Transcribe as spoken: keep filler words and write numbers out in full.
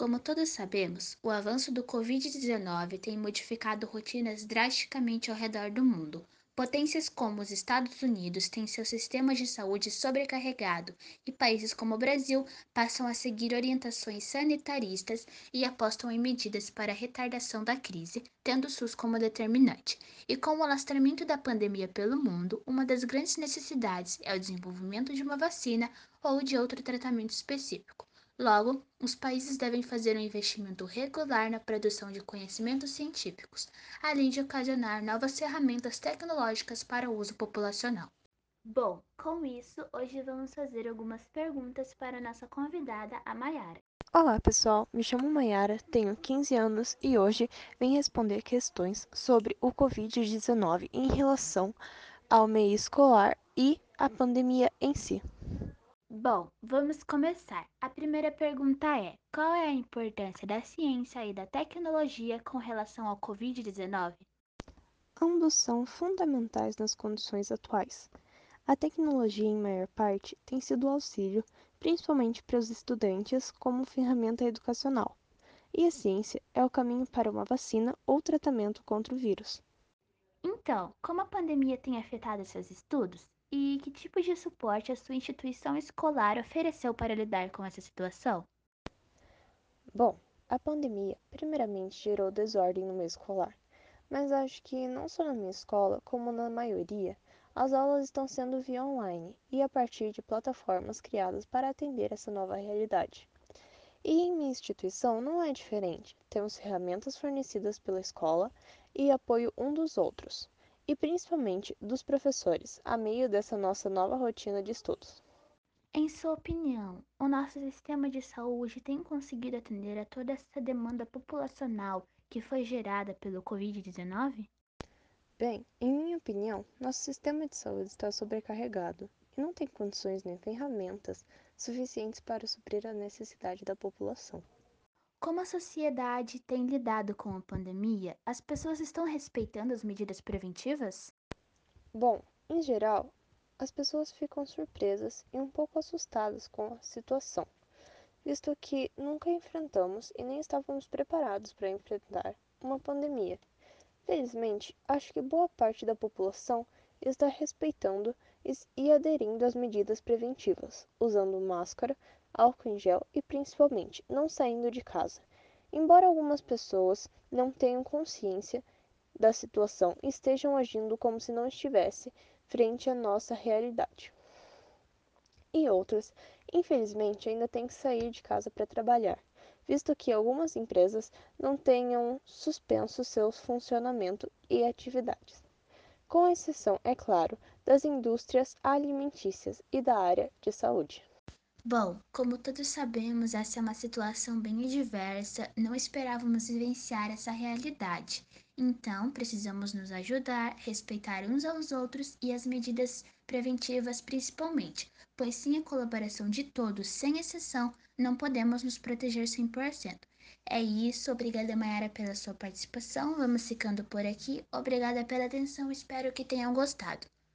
Como todos sabemos, o avanço do covid dezenove tem modificado rotinas drasticamente ao redor do mundo. Potências como os Estados Unidos têm seu sistema de saúde sobrecarregado e países como o Brasil passam a seguir orientações sanitaristas e apostam em medidas para a retardação da crise, tendo o SUS como determinante. E com o alastramento da pandemia pelo mundo, uma das grandes necessidades é o desenvolvimento de uma vacina ou de outro tratamento específico. Logo, os países devem fazer um investimento regular na produção de conhecimentos científicos, além de ocasionar novas ferramentas tecnológicas para o uso populacional. Bom, com isso, hoje vamos fazer algumas perguntas para nossa convidada, a Mayara. Olá, pessoal. Me chamo Mayara, tenho quinze anos e hoje vim responder questões sobre o covid dezenove em relação ao meio escolar e à pandemia em si. Bom, vamos começar. A primeira pergunta é: qual é a importância da ciência e da tecnologia com relação ao covid dezenove? Ambos são fundamentais nas condições atuais. A tecnologia, em maior parte, tem sido auxílio, principalmente para os estudantes, como ferramenta educacional. E a ciência é o caminho para uma vacina ou tratamento contra o vírus. Então, como a pandemia tem afetado seus estudos? E que tipo de suporte a sua instituição escolar ofereceu para lidar com essa situação? Bom, a pandemia primeiramente gerou desordem no meio escolar, mas acho que não só na minha escola, como na maioria, as aulas estão sendo via online e a partir de plataformas criadas para atender essa nova realidade. E em minha instituição não é diferente. Temos ferramentas fornecidas pela escola e apoio um dos outros, e principalmente dos professores, a meio dessa nossa nova rotina de estudos. Em sua opinião, o nosso sistema de saúde tem conseguido atender a toda essa demanda populacional que foi gerada pelo covid dezenove? Bem, em minha opinião, nosso sistema de saúde está sobrecarregado e não tem condições nem ferramentas suficientes para suprir a necessidade da população. Como a sociedade tem lidado com a pandemia, as pessoas estão respeitando as medidas preventivas? Bom, em geral, as pessoas ficam surpresas e um pouco assustadas com a situação, visto que nunca enfrentamos e nem estávamos preparados para enfrentar uma pandemia. Felizmente, acho que boa parte da população está respeitando e aderindo às medidas preventivas, usando máscara, álcool em gel e principalmente não saindo de casa. Embora algumas pessoas não tenham consciência da situação e estejam agindo como se não estivesse frente à nossa realidade. E outras, infelizmente, ainda têm que sair de casa para trabalhar, visto que algumas empresas não tenham suspenso seu funcionamento e atividades. Com exceção, é claro, das indústrias alimentícias e da área de saúde. Bom, como todos sabemos, essa é uma situação bem adversa, não esperávamos vivenciar essa realidade. Então, precisamos nos ajudar, respeitar uns aos outros e as medidas preventivas principalmente, pois sem a colaboração de todos, sem exceção, não podemos nos proteger cem por cento. É isso, obrigada Mayara pela sua participação, vamos ficando por aqui, obrigada pela atenção, espero que tenham gostado.